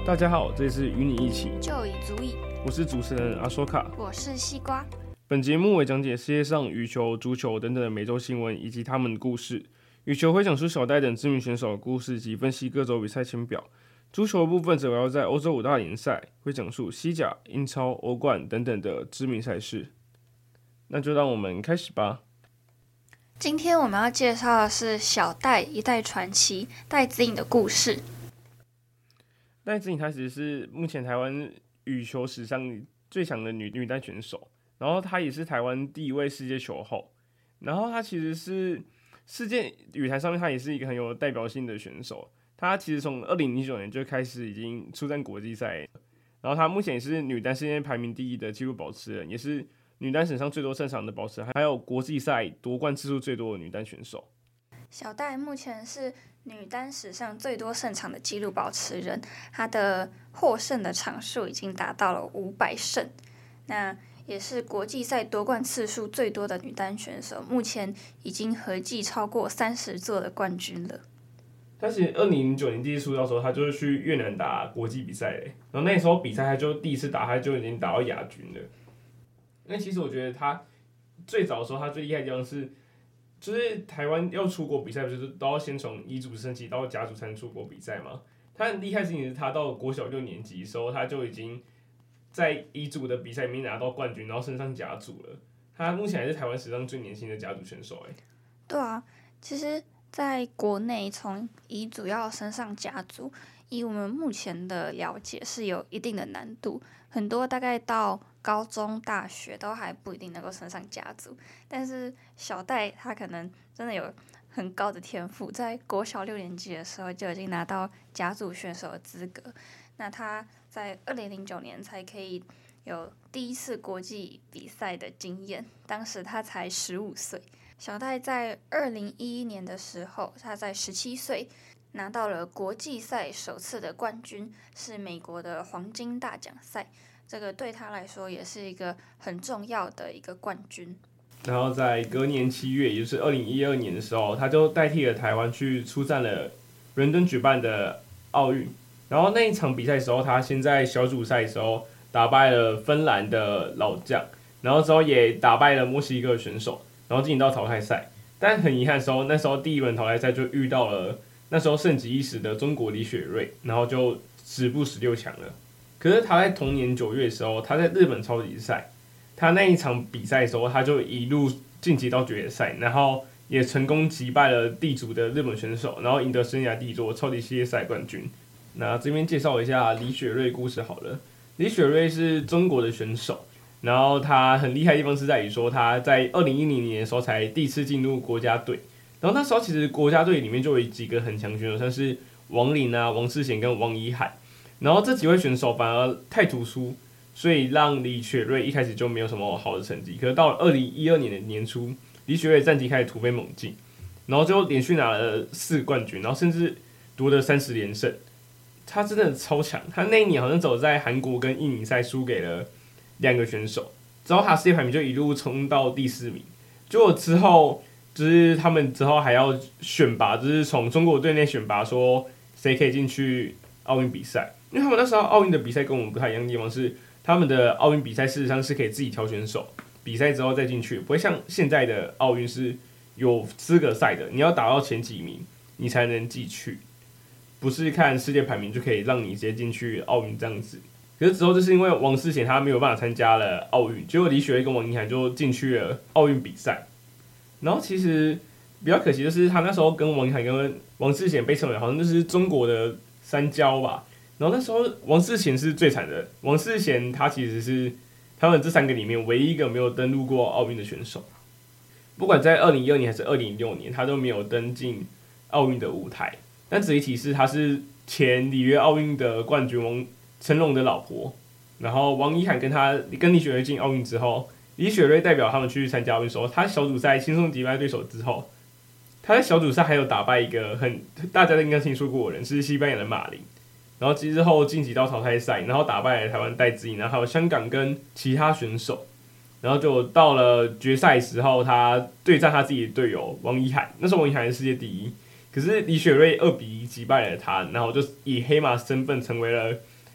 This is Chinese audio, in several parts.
大家好，这里是与你一起就已足矣。 我是主持人阿说卡， 我是西瓜。 本节目为讲解世界上羽球、足球等等的每周新闻以及他们的故事。羽球会讲述小戴等知名选手的故事及分析各州比赛签表，足球的部分则围绕在欧洲五大联赛，会讲述西甲、英超、欧冠等等的知名赛事。那就让我们开始吧。 今天我们要介绍的是小戴一代传奇戴资颖的故事。 戴资颖她其实是目前台湾羽球史上最强的女单选手，然后她也是台湾第一位世界球后，然后她其实是世界羽坛上面她也是一个很有代表性的选手。她其实从2009年就开始已经出战国际赛，然后她目前也是女单世界排名第一的纪录保持人，也是女单史上最多胜场的保持人，还有国际赛夺冠次数最多的女单选手。 小戴目前是女单史上最多胜场的纪录保持人，她的获胜的场数已经达到了500胜，那也是国际赛夺冠次数最多的女单选手，目前已经合计超过30座的冠军了。 他其实2009年第一次出道的时候，他就是去越南打国际比赛，然后那时候比赛他就第一次打，他就已经打到亚军了。那其实我觉得他最早的时候，他最厉害的地方是，就是台湾要出国比赛，不是都要先从乙组升级到甲组才能出国比赛吗？他很厉害的事情是，他到国小6年级的时候，他就已经在乙组的比赛里面拿到冠军，然后升上甲组了。他目前还是台湾史上最年轻的甲组选手。 对啊，其实在国内从乙组要升上甲组，以我们目前的了解是有一定的难度，很多大概到高中、大学都还不一定能够升上甲组。但是小戴他可能真的有很高的天赋，在国小6年级的时候就已经拿到甲组选手的资格。那他在2009年才可以有第一次国际比赛的经验，当时他才15岁。小戴在2011年的时候，他在17岁拿到了国际赛首次的冠军，是美国的黄金大奖赛。这个对他来说也是一个很重要的一个冠军。 然后在隔年7月，也就是2012年的时候，他就代替了台湾去出战了伦敦举办的奥运。然后那一场比赛的时候，他先在小组赛的时候打败了芬兰的老将，然后之后也打败了墨西哥的选手，然后进行到淘汰赛。但很遗憾的时候，那时候第一轮淘汰赛就遇到了那时候盛极一时的中国李雪芮，然后就止步16强了。可是他在同年9月的时候，他在日本超级赛，他那一场比赛的时候，他就一路晋级到决赛，然后也成功击败了地主的日本选手，然后赢得生涯第一座超级系列赛冠军。那这边介绍一下李雪芮故事好了。李雪芮是中国的选手，然后他很厉害的地方是在于说，他在2010年的时候才第一次进入国家队，然后那时候其实国家队里面就有几个很强选手，像是王林啊、王世贤跟王一海。然后这几位选手反而太突出，所以让李雪芮一开始就没有什么好的成绩。可是到了2012年的年初，李雪芮战绩开始突飞猛进，然后就连续拿了4个冠军，然后甚至夺得30连胜。他真的超强，他那一年好像走在韩国跟印尼赛输给了2个选手，之后他世界排名就一路冲到第4名。结果之后就是他们之后还要选拔，就是从中国队内选拔说谁可以进去奥运比赛。因为他们那时候奥运的比赛跟我们不太一样的地方是，他们的奥运比赛事实上是可以自己挑选手，比赛之后再进去，不会像现在的奥运是有资格赛的，你要打到前几名你才能进去，不是看世界排名就可以让你直接进去奥运这样子。可是之后就是因为王世贤他没有办法参加了奥运，结果李雪芮跟王一涵就进去了奥运比赛。然后其实比较可惜就是他那时候跟王一涵跟王世贤被称为好像就是中国的三骄吧。然后那时候王世贤是最惨的，王世贤他其实是他们这3个里面唯一一个没有登陆过奥运的选手，不管在2012年还是2006年，他都没有登进奥运的舞台。但值得一提是，他是前里约奥运的冠军王成龙的老婆。然后王一涵跟李雪芮进奥运之后，李雪芮代表他们去参加奥运的时候，他小组赛轻松击败对手之后，他在小组赛还有打败一个大家都应该听说过的人，是西班牙的马林。然后之后晋级到淘汰赛，然后打败了台湾戴资颖，然后还有香港跟其他选手，然后就到了决赛的时候，他对战他自己的队友王一涵，那时候王一涵是世界第一，可是李雪芮2-1击败了他，然后就以黑马身份成为了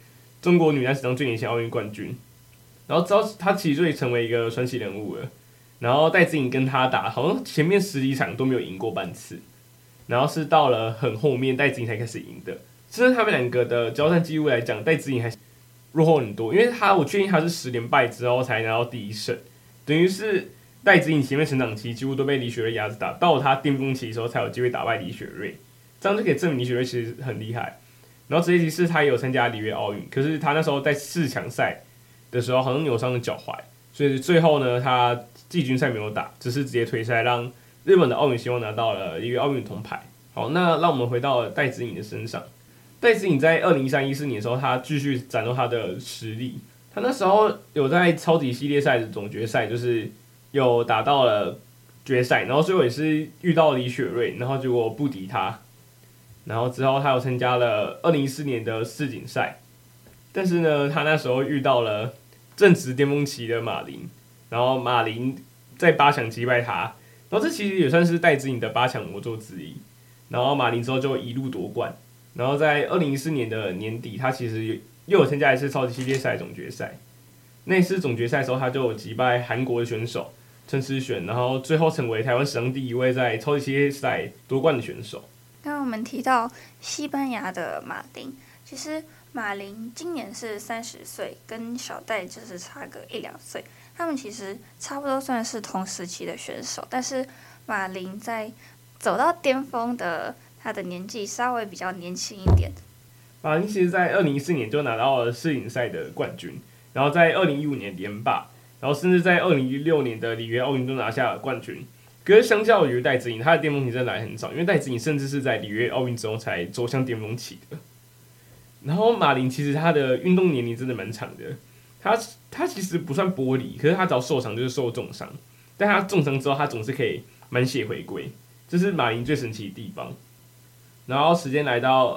中国女单史上最年轻奥运冠军。然后之后他其实就成为一个传奇人物了。然后戴资颖跟他打，好像前面10几场都没有赢过半次，然后是到了很后面戴资颖才开始赢的。甚至他们两个的交战记录来讲，戴资颖还是落后很多，因为我确定他是10连败之后才拿到第一胜，等于是戴资颖前面成长期几乎都被李雪芮压着打，到了他巅峰期的时候才有机会打败李雪芮，这样就可以证明李雪芮其实很厉害。然后这一集是他也有参加里约奥运，可是他那时候在4强赛的时候好像扭伤了脚踝，所以最后呢他季军赛没有打，只是直接退赛，让日本的奥运希望拿到了里约奥运铜牌。好，那让我们回到戴资颖的身上。戴资颖在2013-14年的时候，他继续展露他的实力。他那时候有在超级系列赛的总决赛，就是有打到了决赛，然后最后也是遇到李雪芮，然后结果不敌他。然后之后他有参加了2014年的世锦赛，但是呢，他那时候遇到了正值巅峰期的马林，然后马林在8强击败他，然后这其实也算是戴资颖的8强魔咒之一。然后马林之后就一路夺冠，然后在2014年的年底，他其实又有参加一次超级系列赛总决赛。那次总决赛的时候，他就有击败韩国的选手陈思璇，然后最后成为台湾史上第一位在超级系列赛夺冠的选手。 刚刚我们提到西班牙的马林，其实马林今年是30岁，跟小戴就是差个1-2岁，他们其实差不多算是同时期的选手，但是马林在走到巅峰的他的年纪稍微比较年轻一点。 马林其实在2014年就拿到了世锦赛的冠军，然后在2015年连霸，然后甚至在2016年的里约奥运都拿下了冠军。可是相较于戴资颖，他的巅峰期真的来很早，因为戴资颖甚至是在里约奥运之后才走向巅峰期的。然后马林其实他的运动年龄真的蛮长的，他其实不算玻璃，可是他只要受伤就是受重伤，但他重伤之后他总是可以满血回归，这是马林最神奇的地方。然后时间来到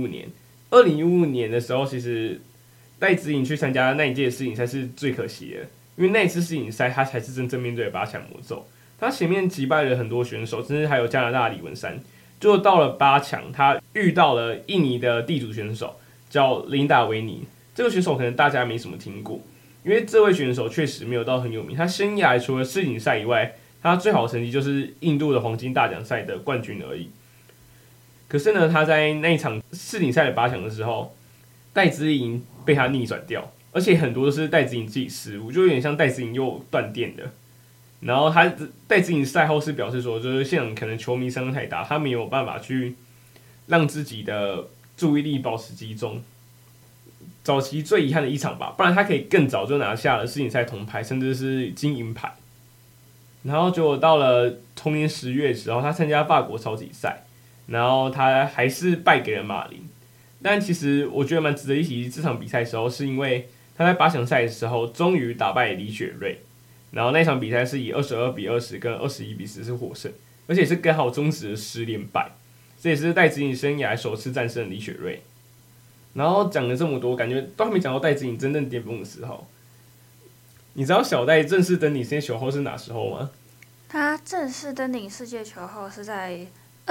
2015年的时候，其实戴资颖去参加那一届的世锦赛是最可惜的，因为那一次世锦赛他才是真正面对的8强魔咒。他前面击败了很多选手，甚至还有加拿大的李文山。就到了8强，他遇到了印尼的地主选手，叫琳达维尼。这个选手可能大家没什么听过，因为这位选手确实没有到很有名。他生涯除了世锦赛以外，他最好的成绩就是印度的黄金大奖赛的冠军而已。可是呢，他在那一场世锦赛的8强的时候，戴资颖被他逆转掉，而且很多都是戴资颖自己失误，就有点像戴资颖又断电的。然后戴资颖赛后是表示说，就是现场可能球迷声太大，他没有办法去让自己的注意力保持集中。早期最遗憾的一场吧，不然他可以更早就拿下了世锦赛铜牌，甚至是金银牌。然后结果到了同年10月的时候，他参加法国超级赛，然后他还是败给了马林。但其实我觉得蛮值得一提这场比赛的时候，是因为他在8强赛的时候终于打败李雪芮。然后那场比赛是以22-20跟21-10是获胜，而且是刚好终止了10连败，这也是戴资颖生涯首次战胜李雪芮。然后讲了这么多，感觉都还没讲到戴资颖真正巅峰的时候。你知道小戴正式登顶世界球后是哪时候吗？ 他正式登顶世界球后是在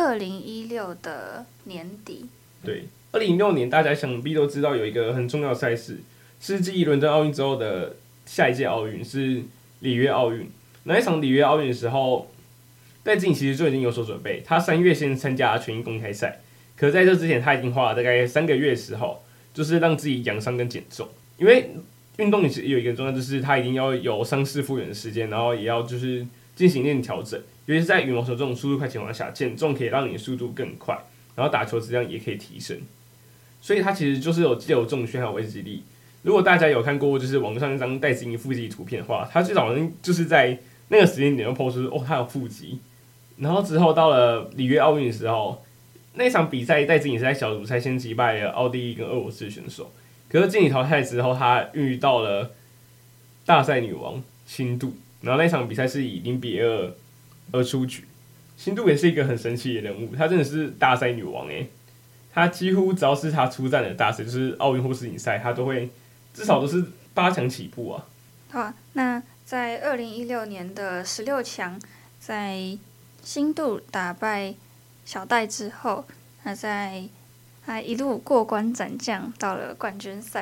2016的年底。 对，2016年大家想必都知道有一个很重要的赛事，是继伦敦奥运之后的下一届奥运，是里约奥运。那一场里约奥运的时候，戴资颖其实就已经有所准备。他3月先参加全英公开赛，可是在这之前他已经花了大概3个月的时候，就是让自己养伤跟减重。因为运动也是有一个重要，就是他一定要有伤势复原的时间，然后也要就是进行一定调整。尤其是在羽毛球这种速度快情况下，减重可以让你的速度更快，然后打球质量也可以提升。所以他其实就是有借由重训还有维持力。如果大家有看过就是网络上那张戴资颖腹肌图片的话，他最早就是在那个时间点就 po 出他有腹肌。然后之后到了里约奥运的时候，那场比赛戴资颖是在小组赛先击败了奥地利跟俄罗斯的选手，可是晋级淘汰之后，他遇到了大赛女王辛度，然后那场比赛是以0-2而出局。辛度也是一个很神奇的人物，她真的是大赛女王欸。她几乎只要是她出战的大赛，就是奥运或世锦赛，她都会至少都是8强起步啊。 好啊，那在2016年的16强，在辛度打败小戴之后，他一路过关斩将到了冠军赛。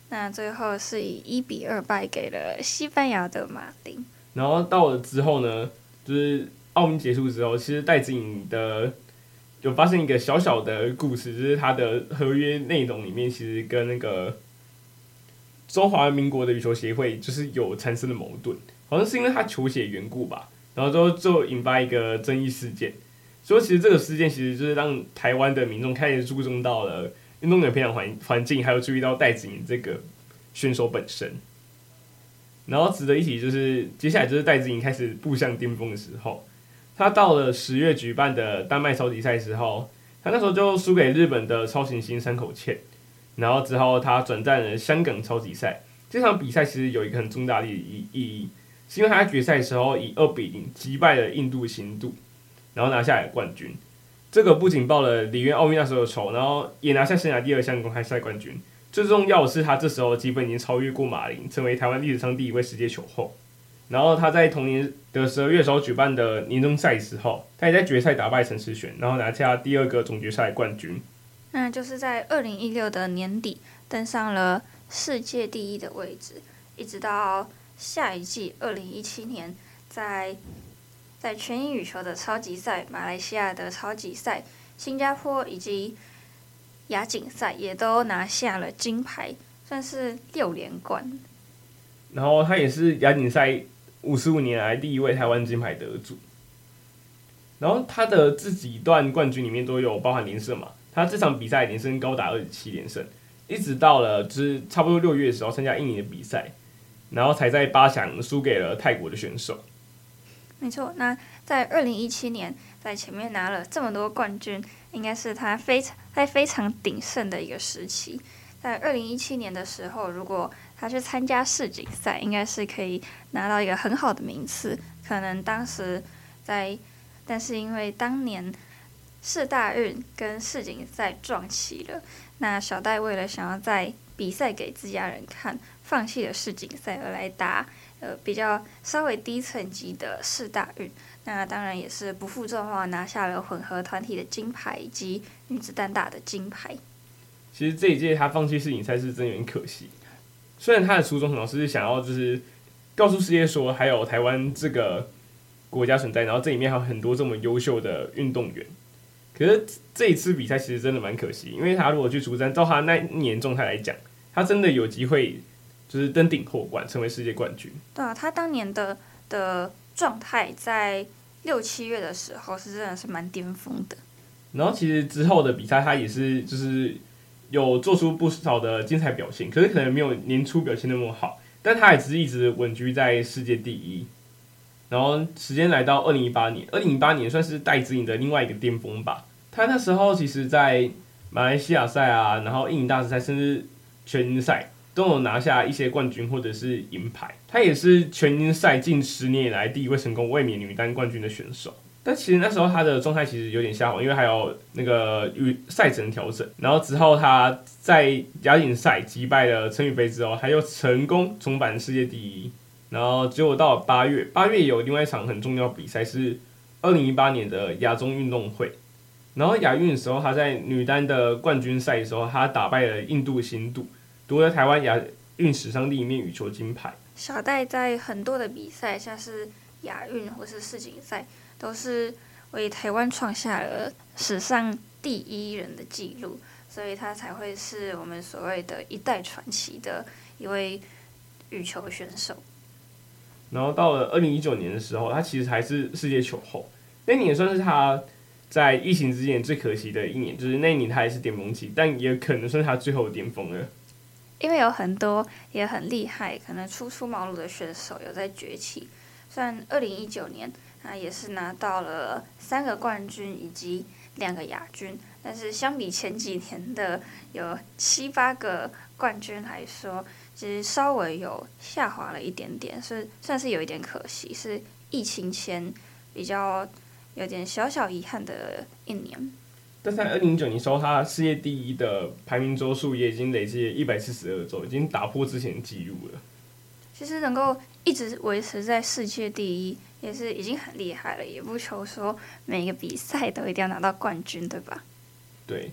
那最后是以1-2败给了西班牙的马丁。 然后到了之后呢，就是奥运结束之后，其实戴资颖的有发生一个小小的故事，就是他的合约内容里面其实跟那个中华民国的羽球协会就是有产生了矛盾，好像是因为他球鞋缘故吧，然后就引发一个争议事件。所以其实这个事件其实就是让台湾的民众开始注重到了运动员培养环境，还有注意到戴资颖这个选手本身。然后值得一提就是接下来就是戴资颖开始步向巅峰的时候，他到了10月举办的丹麦超级赛时候，他那时候就输给日本的超新星山口茜，然后之后他转战了香港超级赛。这场比赛其实有一个很重大的意义，是因为他在决赛的时候以2-0击败了印度新度，然后拿下了冠军。这个不仅报了里约奥运那时候的仇，然后也拿下生涯第2项公开赛冠军。最重要的是，他这时候基本已经超越过马林，成为台湾历史上第1位世界球后。然后他在同年的12月的时候举办的年终赛时候，他也在决赛打败陈思璇，然后拿下第2个总决赛冠军。 那就是在2016的年底登上了世界第1的位置，一直到下一季2017年在全英羽球的超级赛、马来西亚的超级赛、新加坡以及亚锦赛也都拿下了金牌，算是6连冠。 然后他也是亚锦赛55年来第1位台湾金牌得主。然后他的这几段冠军里面都有包含连胜嘛，他这场比赛连胜高达27连胜，一直到了就是差不多6月的时候参加印尼的比赛，然后才在8强输给了泰国的选手。 没错，那在2017年在前面拿了这么多冠军，应该是他非常鼎盛的一个时期。在2017年的时候，如果他去参加世锦赛，应该是可以拿到一个很好的名次。可能当时但是因为当年世大运跟世锦赛撞齐了，那小戴为了想要在比赛给自家人看，放弃了世锦赛而来打比较稍微低层级的世大运。那当然也是不负众望，拿下了混合团体的金牌以及女子单打的金牌。 其实这一届他放弃世锦赛是真有点可惜，虽然他的初衷很好，是想要就是告诉世界说还有台湾这个国家存在，然后这里面还有很多这么优秀的运动员。可是这一次比赛其实真的蛮可惜，因为他如果去出战，照他那一年状态来讲，他真的有机会就是登顶破冠，成为世界冠军。 对啊，他当年的状态在6、7月的时候是真的是蛮巅峰的。 然后其实之后的比赛他也是就是有做出不少的精彩表现，可是可能没有年初表现那么好，但他也只是一直稳居在世界第1。然后时间来到2018年，2018年算是戴资颖的另外一个巅峰吧。他那时候其实在马来西亚赛啊，然后印尼大师赛，甚至全英赛都有拿下一些冠军或者是银牌。他也是全英赛近10年以来第1位成功卫冕女单冠军的选手。但其实那时候他的状态其实有点下滑，因为还有那个赛程调整。然后之后他在亚锦赛击败了陈雨菲之后，他又成功重返世界第1。然后结果到了8月有另外一场很重要的比赛是2018年的亚中运动会。然后亚运的时候，他在女单的冠军赛的时候，他打败了印度新度，夺了台湾亚运史上第1面羽球金牌。 小戴在很多的比赛，像是亚运或是世锦赛，都是为台湾创下了史上第1人的纪录，所以他才会是我们所谓的一代传奇的一位羽球选手。 然后到了2019年的时候，他其实还是世界球后，那年也算是他在疫情之前最可惜的一年，就是那一年他也是巅峰期，但也可能算是他最后的巅峰了。 因为有很多也很厉害，可能初出茅庐的选手有在崛起。虽然2019年他也是拿到了3个冠军以及2个亚军，但是相比前几年的有7、8个冠军来说，其实稍微有下滑了一点点，算是有一点可惜，是疫情前比较有点小小遗憾的一年。 但在2019年时候，他世界第1的排名周数也已经累积了142周，已经打破之前的纪录了。 其实能够一直维持在世界第1，也是已经很厉害了，也不求说每个比赛都一定要拿到冠军，对吧？ 对，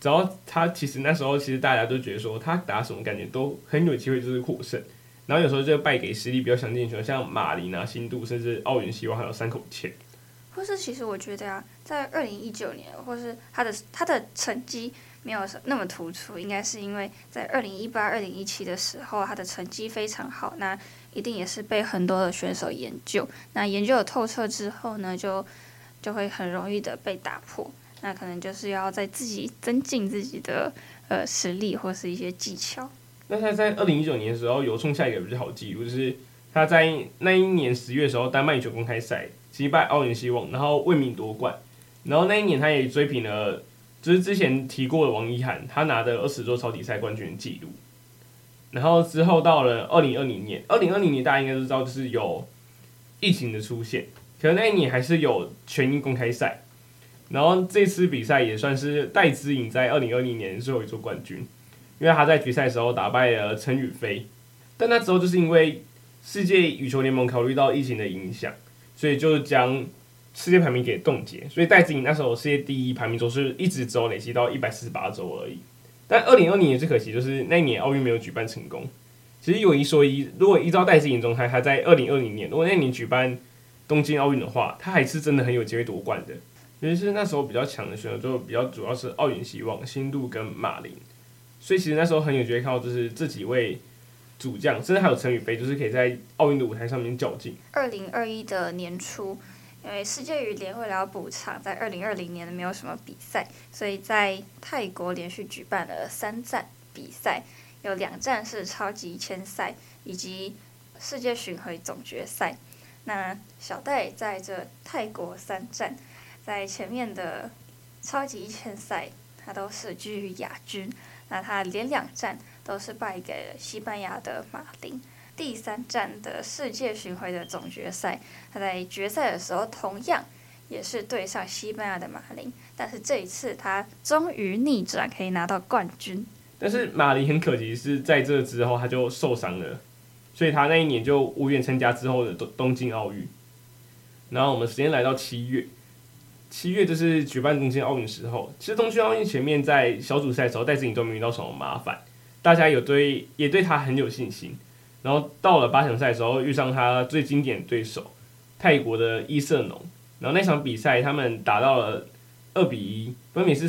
只要他其实那时候其实大家都觉得说他打什么感觉都很有机会就是获胜，然后有时候就败给实力比较强劲的选手，像马林啊、新度，甚至奥运希望还有山口茜。 或是其实我觉得啊，在2019年，或是他的成绩没有那么突出，应该是因为在2018、2017的时候，他的成绩非常好，那一定也是被很多的选手研究，那研究的透彻之后呢，就会很容易的被打破。那可能就是要在自己增进自己的实力或是一些技巧。 那他在2019年的时候有创下一个比较好的记录，就是他在那一年10月的时候，丹麦羽球公开赛击败奥运希望，然后卫冕夺冠。然后那一年他也追平了，就是之前提过的王一涵，他拿的20座超级赛冠军的记录。然后之后到了2020年，2020年大家应该都知道，就是有疫情的出现，可能那一年还是有全英公开赛。然后这次比赛也算是戴资颖在2020年最后一座冠军，因为他在决赛的时候打败了陈雨菲。但那之后就是因为世界羽球联盟考虑到疫情的影响，所以就将世界排名给冻结，所以戴资颖那时候世界第一排名周是一直只有累积到148周而已。但2020年最可惜就是那一年奥运没有举办成功。其实有一说一，如果依照戴资颖状态，他在2020年如果那年举办东京奥运的话，他还是真的很有机会夺冠的。尤其是那时候比较强的选手，就比较主要是奥运希望、新度跟马林，所以其实那时候很有机会看到就是这几位主将，甚至还有陈雨菲，就是可以在奥运的舞台上面较劲。 2021的年初，因为世界羽联为了要补偿在2020年没有什么比赛，所以在泰国连续举办了3站比赛，有2站是超级签赛以及世界巡回总决赛。那小戴在这泰国3站，在前面的超级签赛，他都是居于亚军。那他连2站都是败给了西班牙的马林。第3站的世界巡回的总决赛，他在决赛的时候同样也是对上西班牙的马林，但是这一次他终于逆转，可以拿到冠军。 但是马林很可惜是在这之后他就受伤了，所以他那一年就无缘参加之后的东京奥运。然后我们时间来到7月就是举办东京奥运的时候，其实东京奥运前面在小组赛的时候，戴资颖都没遇到什么麻烦，大家也对他很有信心。然后到了8强赛的时候，遇上他最经典的对手泰国的伊瑟农，然后那场比赛他们打到了2-1，分别是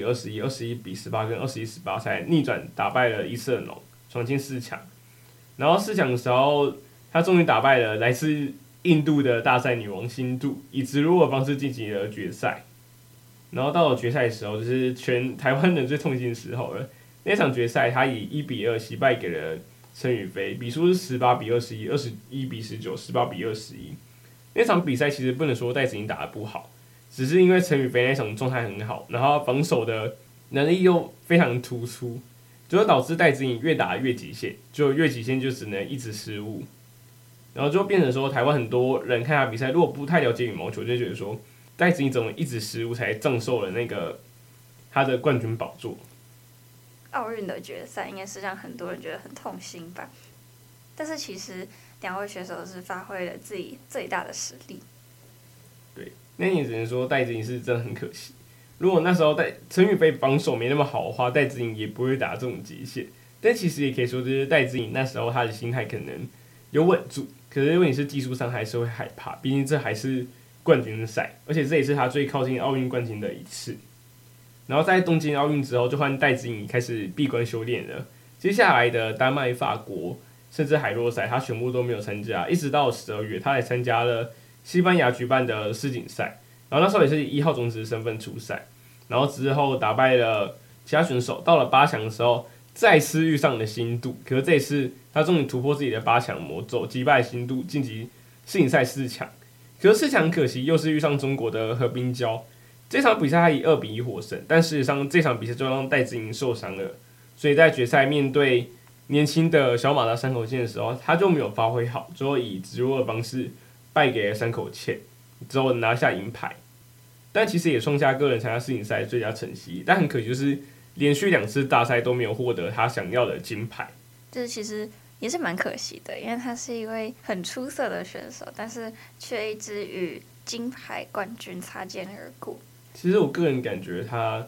14-21、21-18跟21-18，才逆转打败了伊瑟农，闯进4强。然后4强的时候，他终于打败了来自印度的大赛女王新度，以直落的方式晋级了决赛。然后到了决赛的时候，就是全台湾人最痛心的时候了。那场决赛，他以1-2击败给了陈雨菲，比数是18-21、21-19、18-21。那场比赛其实不能说戴资颖打得不好，只是因为陈雨菲那场状态很好，然后防守的能力又非常突出，就导致戴资颖越打越极限，就越极限就只能一直失误。然后就变成说，台湾很多人看他比赛，如果不太了解羽毛球，就觉得说，戴资颖怎么一直失误，才葬送了那个他的冠军宝座。 奥运的决赛应该是让很多人觉得很痛心吧，但是其实2位选手是发挥了自己最大的实力。 对，那你只能说戴资颖是真的很可惜。如果那时候陈雨菲防守没那么好的话，戴资颖也不会打这种极限。但其实也可以说，就是戴资颖那时候他的心态可能有稳住。可是，如果你是技术上还是会害怕，毕竟这还是冠军赛，而且这也是他最靠近奥运冠军的一次。然后在东京奥运之后，就换戴资颖开始闭关修炼了。接下来的丹麦、法国，甚至海洛赛，他全部都没有参加，一直到12月，他才参加了西班牙举办的世锦赛。然后那时候也是以1号种子的身份出赛，然后之后打败了其他选手，到了8强的时候，再次遇上了新度，可是这一次他终于突破自己的8强魔咒，击败新度晋级世锦赛4强。可是4强可惜又是遇上中国的何冰娇，这场比赛他以2-1获胜，但事实上这场比赛就让戴资颖受伤了，所以在决赛面对年轻的小马达山口茜的时候，他就没有发挥好，最后以直落的方式败给了山口茜，之后拿下银牌。但其实也创下个人参加世锦赛最佳成绩，但很可惜就是连续2次大赛都没有获得他想要的金牌。 这其实也是蛮可惜的，因为他是一位很出色的选手，但是却一直与金牌冠军擦肩而过。 其实我个人感觉他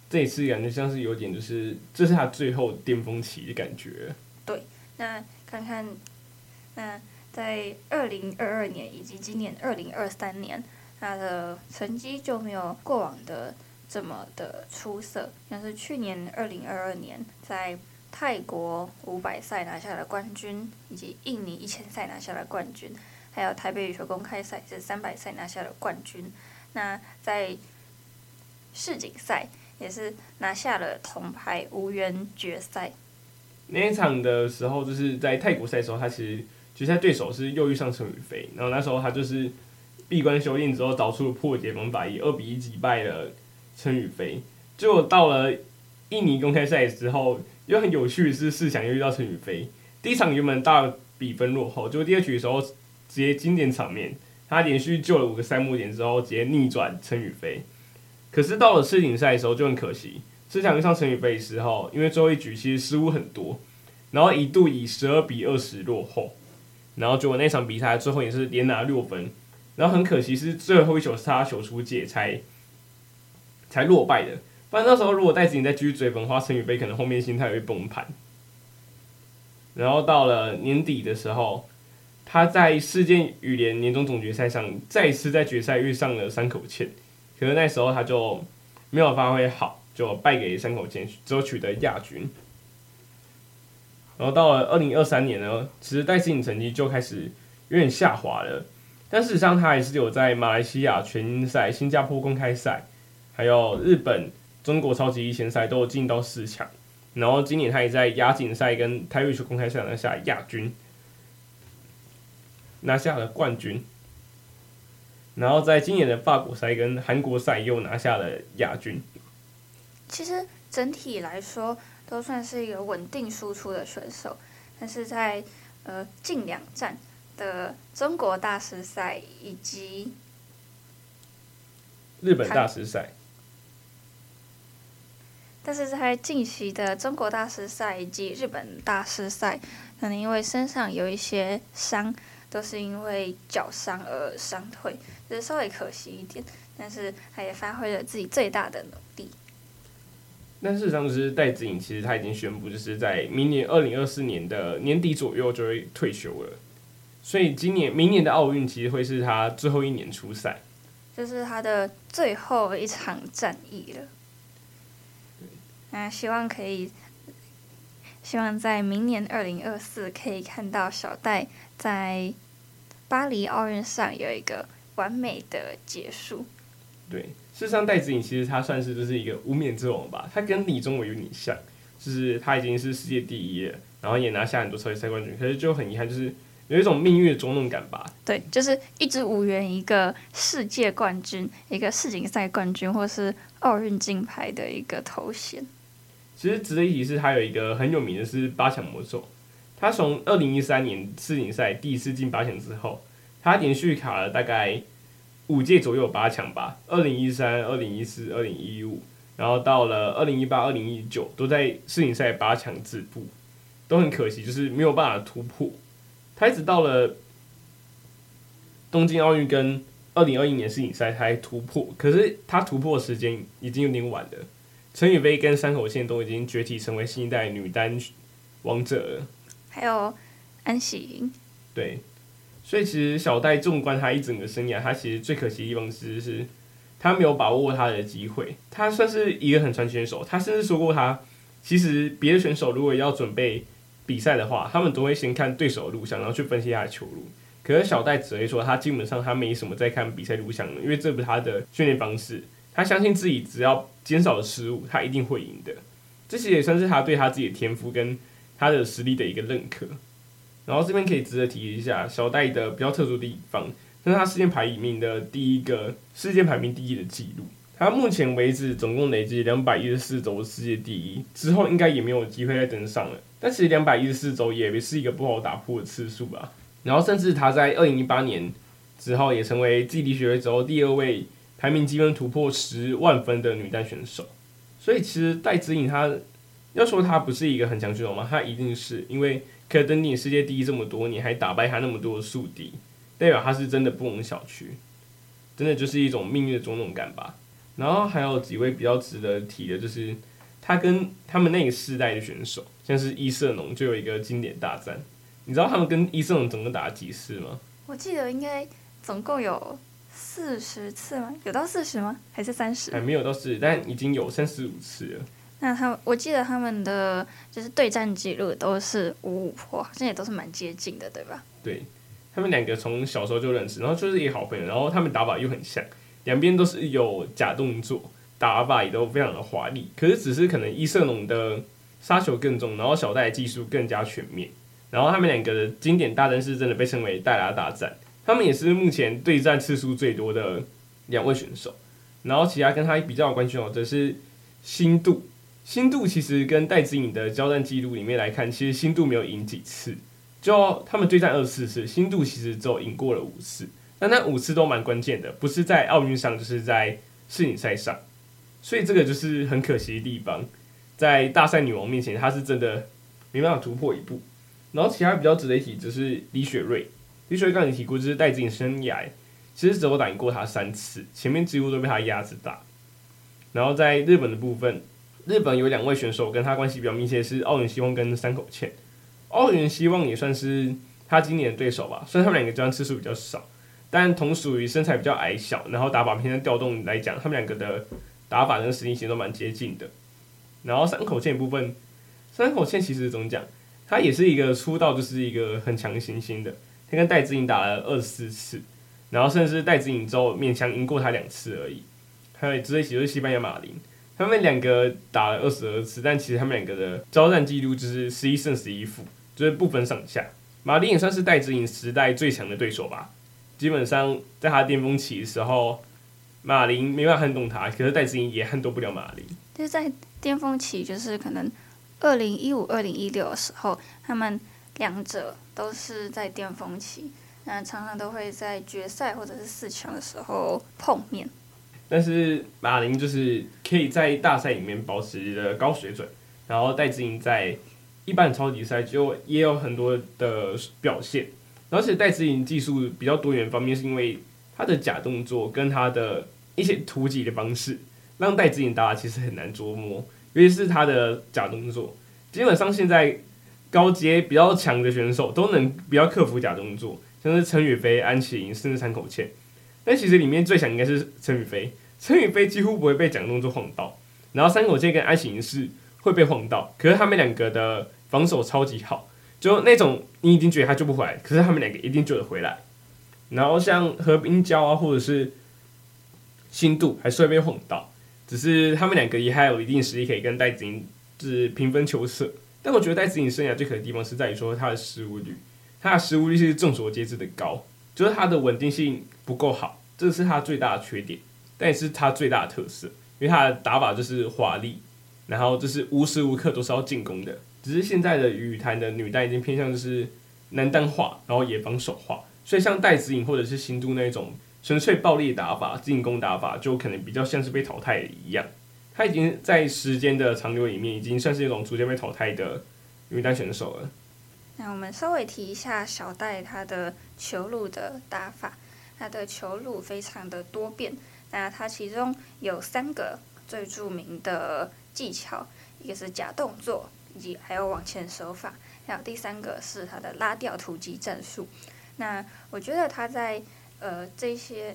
这一次感觉像是有点就是这是他最后巅峰期的感觉。 对，那看看那在2022年以及今年2023年，他的成绩就没有过往的这么的出色，像是去年2022年在泰国500赛拿下了冠军，以及印尼1000赛拿下了冠军，还有台北羽球公开赛是300赛拿下了冠军。那在世锦赛也是拿下了铜牌，无缘决赛。 那一场的时候，就是在泰国赛的时候，他其实决赛对手是又遇上陈雨菲，然后那时候他就是闭关修炼之后找出了破解方法，以2-1击败了陈雨菲。结果到了印尼公开赛之后，又很有趣的是，世强又遇到陈雨菲。第一场原本大比分落后，结果第二局的时候直接经典场面，他连续救了5个3幕点之后，直接逆转陈雨菲。可是到了世锦赛的时候就很可惜，世强遇上陈雨菲的时候，因为最后一局其实失误很多，然后一度以12-20落后，然后结果那场比赛最后也是连拿6分，然后很可惜是最后一球是他球出界才落败的。不然那时候如果戴资颖再继续追分的话，陈雨菲可能后面心态会崩盘。然后到了年底的时候，他在世界羽联年终总决赛上再次在决赛遇上了山口茜，可是那时候他就没有发挥好，就败给山口茜，只有取得亚军。然后到了2023年呢，其实戴资颖成绩就开始有点下滑了，但事实上他还是有在马来西亚全英赛、新加坡公开赛，还有日本、中国超级1000赛都有进到4强。然后今年他也在亚锦赛跟台北羽球公开赛拿下亚军，拿下了冠军。然后在今年的法国赛跟韩国赛又拿下了亚军。 其实整体来说都算是一个稳定输出的选手，但是在近2站的中国大师赛以及日本大师赛， 但是在近期的中国大师赛以及日本大师赛，可能因为身上有一些伤，都是因为脚伤而伤退，就是稍微可惜一点。但是他也发挥了自己最大的努力。 但事实上就是戴资颖其实他已经宣布，就是在明年2024年的年底左右就会退休了，所以明年的奥运其实会是他最后一年出赛， 就是他的最后一场战役了。那希望在明年2024可以看到小戴在巴黎奥运上有一个完美的结束。 对，事实上戴资颖其实他算是就是一个无冕之王吧，他跟李宗伟有点像，就是他已经是世界第1了，然后也拿下很多超级赛冠军，可是就很遗憾，就是有一种命运的捉弄感吧。 对，就是一直无缘一个世界冠军、一个世锦赛冠军或是奥运金牌的一个头衔。 其实值得一提是，他有一个很有名的是8强魔咒。他从2013年世锦赛第一次进8强之后，他连续卡了大概5届左右8强吧，2013、2014、2015，然后到了2018、2019都在世锦赛8强止步，都很可惜，就是没有办法突破。他一直到了东京奥运跟2021年世锦赛才突破，可是他突破的时间已经有点晚了。陈雨菲跟山口茜都已经崛起成为新一代女单王者了， 还有安喜莹。 对，所以其实小戴纵观他一整个生涯，他其实最可惜的地方是他没有把握他的机会。他算是一个很传奇选手，他甚至说过其实别的选手如果要准备比赛的话，他们都会先看对手的录像，然后去分析他的球路。可是小戴只会说，他基本上他没什么在看比赛录像的，因为这不是他的训练方式。他相信自己只要减少了失误，他一定会赢的。这些也算是他对他自己的天赋跟他的实力的一个认可。然后这边可以值得提一下小戴的比较特殊的地方，这是他世界排名的世界排名第1的记录。他目前为止总共累积214周世界第1，之后应该也没有机会再登上了。但其实214周也是一个不好打破的次数吧。然后甚至他在2018年之后也成为技力学会之后第2位排名积分突破10万分的女单选手。所以其实戴资颖他要说他不是一个很强选手吗？他一定是，因为可以登顶世界第1这么多年，还打败他那么多的宿敌，代表他是真的不容小觑，真的就是一种命运的捉弄感吧。 然后还有几位比较值得提的，就是他跟他们那个世代的选手，像是伊瑟农就有一个经典大战。你知道他们跟伊瑟农总共打了几次吗？ 我记得应该总共有40次吗？有到40吗？还是30？ 还没有到40，但已经有35次了。 那我记得他们的就是对战记录都是5-5破，好像也都是蛮接近的，对吧？ 对，他们两个从小时候就认识，然后就是一个好朋友，然后他们打法又很像，两边都是有假动作，打法也都非常的华丽。可是只是可能伊瑟农的杀球更重，然后小戴的技术更加全面。然后他们两个的经典大战是真的被称为戴拉大战，他们也是目前对战次数最多的2位选手。然后其他跟他比较有关系的则是新度，新度其实跟戴资颖的交战记录里面来看，其实新度没有赢几次，就他们对战24次，新度其实只有赢过了5次，但那5次都蛮关键的，不是在奥运上，就是在世锦赛上，所以这个就是很可惜的地方，在大赛女王面前，她是真的没办法突破一步。然后其他比较值得一提就是李雪芮，李雪芮刚才提过，就是戴资颖生涯其实只有打赢过他3次，前面几乎都被他压制打。然后在日本的部分，日本有2位选手跟他关系比较密切，是奥原希望跟山口茜。奥原希望也算是他今年的对手吧，虽然他们两个交战次数比较少，但同属于身材比较矮小，然后打法偏向调动来讲，他们两个的打法跟实力其实都蛮接近的。然后山口茜的部分，山口茜其实怎么讲？他也是一个出道就是一个很强行星的，他跟戴资颖打了24次，然后甚至戴资颖之后勉强赢过他2次而已。还有值得一提就是西班牙马林，他们两个打了22次，但其实他们两个的交战记录就是11胜11负，就是不分上下。马林也算是戴资颖时代最强的对手吧，基本上在他巅峰期的时候，马林没办法撼动他，可是戴资颖也撼动不了马林。 就是在巅峰期，就是可能2015、2016的时候，他们2者都是在巅峰期，那常常都会在决赛或者是4强的时候碰面。 但是马林就是可以在大赛里面保持的高水准，然后戴资颖在一般的超级赛就也有很多的表现，而且戴资颖技术比较多元方面，是因为他的假动作跟他的一些突击的方式，让戴资颖打其实很难捉摸，尤其是他的假动作，基本上现在高阶比较强的选手都能比较克服假动作，像是陈雨菲、安琪莹甚至山口茜。但其实里面最强应该是陈雨菲，陈雨菲几乎不会被假动作晃到，然后山口茜跟安琪莹是会被晃到，可是他们两个的防守超级好，就那种你已经觉得他救不回来，可是他们两个一定救得回来。然后像何冰娇啊，或者是新度还是会被晃到，只是他们两个也还有一定实力可以跟戴资颖就是平分秋色。但我觉得戴资颖生涯最可的地方是在于说他的失误率，他的失误率是众所皆知的高，就是他的稳定性不够好，这是他最大的缺点，但也是他最大的特色，因为他的打法就是华丽，然后就是无时无刻都是要进攻的。只是现在的羽坛的女单已经偏向就是男单化，然后也防守化，所以像戴资颖或者是新度那一种纯粹暴力打法、进攻打法，就可能比较像是被淘汰一样。他已经在时间的长流里面，已经算是一种逐渐被淘汰的女单选手了。 那我们稍微提一下小戴他的球路的打法，他的球路非常的多变。那他其中有3个最著名的技巧，一个是假动作，以及还有往前手法，还有第3个是他的拉吊突击战术。那我觉得他在这些。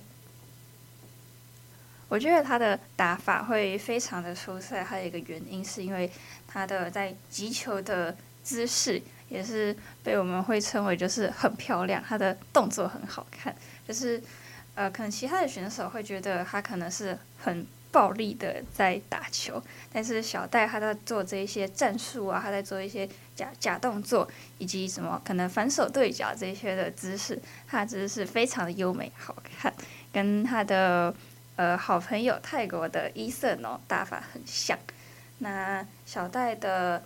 我觉得他的打法会非常的出色，还有一个原因是因为他的在击球的姿势也是被我们会称为就是很漂亮，他的动作很好看，就是可能其他的选手会觉得他可能是很暴力的在打球，但是小戴他在做这一些战术啊，他在做一些假动作，以及什么可能反手对角这些的姿势，他的姿势非常的优美好看，跟他的好朋友泰国的伊瑟农打法很像。那小戴的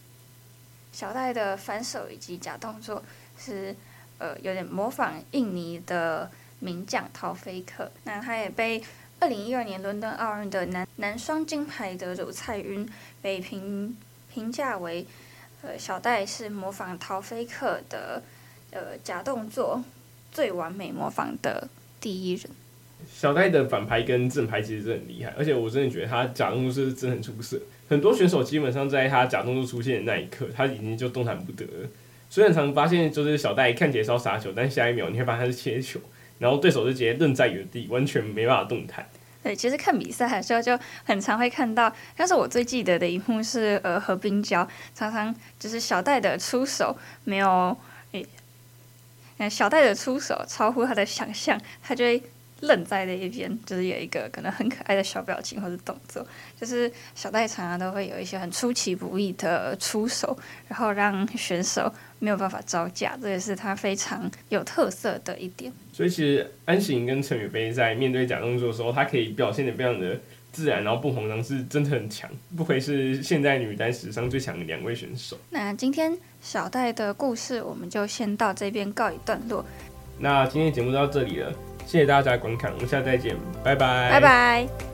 反手以及假动作是有点模仿印尼的名将陶菲克。那他也被2012年伦敦奥运的男双金牌得主蔡赟被评价为小戴是模仿陶菲克的假动作最完美模仿的第一人。 小戴的反拍跟正拍其实真的很厉害，而且我真的觉得他假动作是真的很出色。很多选手基本上在他假动作出现的那一刻，他已经就动弹不得了。所以很常发现，就是小戴看起来是要杀球，但下一秒你会发现他是切球，然后对手就直接愣在原地，完全没办法动弹。 对，其实看比赛的时候就很常会看到，但是我最记得的一幕是和冰胶，常常就是小戴的出手没有，小戴的出手超乎他的想象，他就会愣在那一边，就是有一个可能很可爱的小表情或者动作，就是小戴常常都会有一些很出其不意的出手，然后让选手没有办法招架，这也是他非常有特色的一点。 所以其实安行跟陈雨菲在面对假动作的时候，他可以表现得非常的自然，然后不慌张，是真的很强，不愧是现代女单史上最强的2位选手。 那今天小戴的故事我们就先到这边告一段落。 那今天的节目就到这里了，谢谢大家的观看，我们下次再见，拜拜， 拜拜。